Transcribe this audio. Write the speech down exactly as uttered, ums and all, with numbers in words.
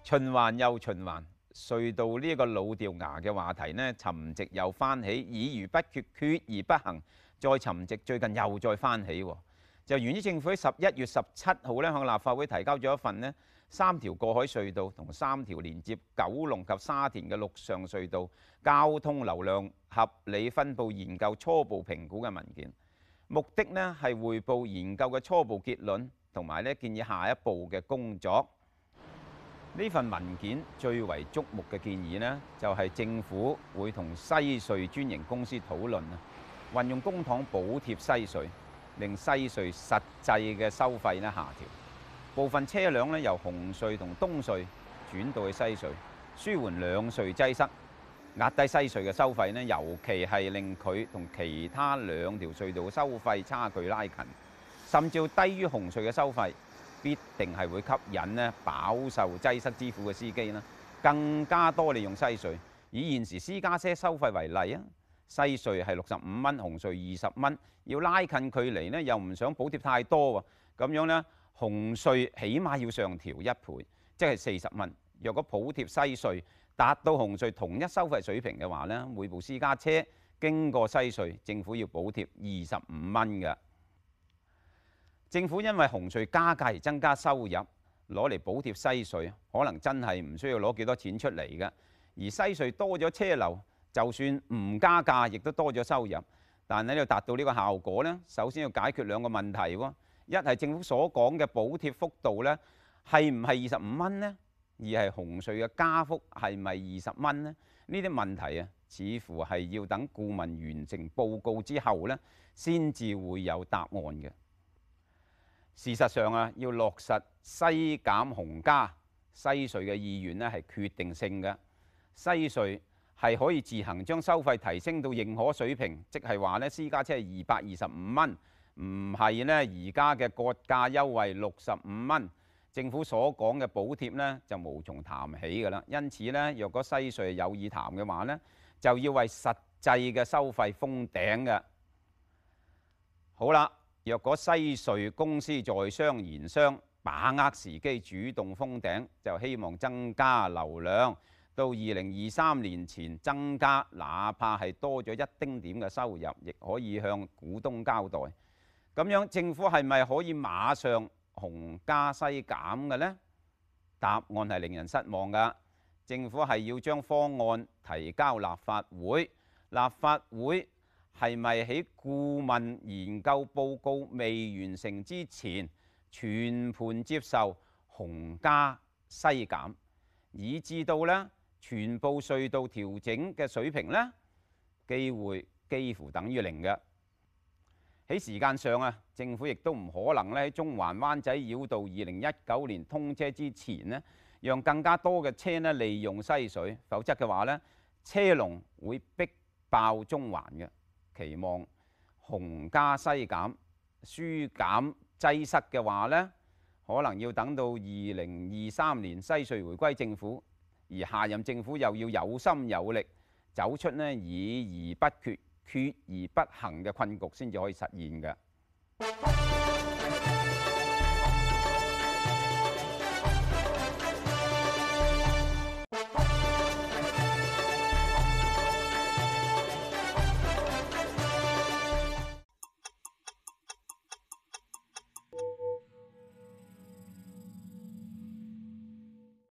循環又循環，隧道呢個老掉牙嘅話題呢，沉寂又翻起，議而不決，決而不行，再沉寂，最近又再翻起喎。就源於政府喺十一月十七號咧向立法會提交咗一份呢三條過海隧道同三條連接九龍及沙田嘅陸上隧道交通流量合理分佈研究初步評估嘅文件，目的呢係匯報研究嘅初步結論，同埋咧建議下一步嘅工作。呢份文件最為矚目嘅建議呢，就係政府會同西隧專營公司討論啊，運用公帑補貼西隧，令西隧實際嘅收費呢下調，部分車輛呢由紅隧同東隧轉到去西隧，舒緩兩隧擠塞，壓低西隧嘅收費呢，尤其係令佢同其他兩條隧道嘅收費差距拉近，甚至低於紅隧嘅收費。必定係會吸引呢飽受擠塞之苦嘅司機啦，更加多利用西隧。以現時私家車收費為例啊，西隧係六十五蚊，紅隧二十蚊，要拉近距離呢，又唔想補貼太多喎，咁樣呢，紅隧起碼要上調一倍，即係四十蚊。若果補貼西隧達到紅隧同一收費水平嘅話呢，每部私家車經過西隧，政府要補貼二十五蚊嘅。政府因為紅隧加價而增加收入，攞嚟補貼西隧，可能真係唔需要攞幾多錢出嚟嘅。而西隧多咗車流，就算唔加價，亦都多咗收入。但喺度達到呢個效果呢，首先要解決兩個問題喎。一係政府所講嘅補貼幅度呢，係唔係二十五蚊呢？二係紅隧嘅加幅係咪二十蚊呢？呢啲問題啊，似乎係要等顧問完成報告之後呢，先至會有答案嘅。事實上啊，要落實西減紅加，西隧嘅意願呢係決定性嘅。西隧係可以自行將收費提升到認可水平，即係話呢私家車係二百二十五蚊，唔係呢而家嘅割價優惠六十五蚊。政府所講嘅補貼呢就無從談起㗎啦。因此呢，若果西隧有意談嘅話呢，就要為實際嘅收費封頂嘅。好啦。若果西隧公司在商言商，把握時機主動封頂，就希望增加流量，到二零二三年前增加，哪怕係多咗一丁點嘅收入，亦可以向股東交代。咁樣政府係咪可以馬上紅加西減嘅呢？答案係令人失望㗎。政府係要將方案提交立法會，立法會係咪喺顧問研究報告未完成之前，全盤接受紅加西減，以至到呢全部隧道調整嘅水平呢，機會幾乎等於零嘅。喺時間上啊，政府亦都唔可能咧喺中環灣仔繞道二零一九年通車之前呢，讓更加多嘅車呢利用西隧，否則嘅話呢，車龍會逼爆中環嘅。期望紅加西減，紓減擠塞嘅話呢，可能要等到二零二三年西隧回歸政府，而下任政府又要有心有力走出呢議而不決、決而不行嘅困局，先至可以實現嘅。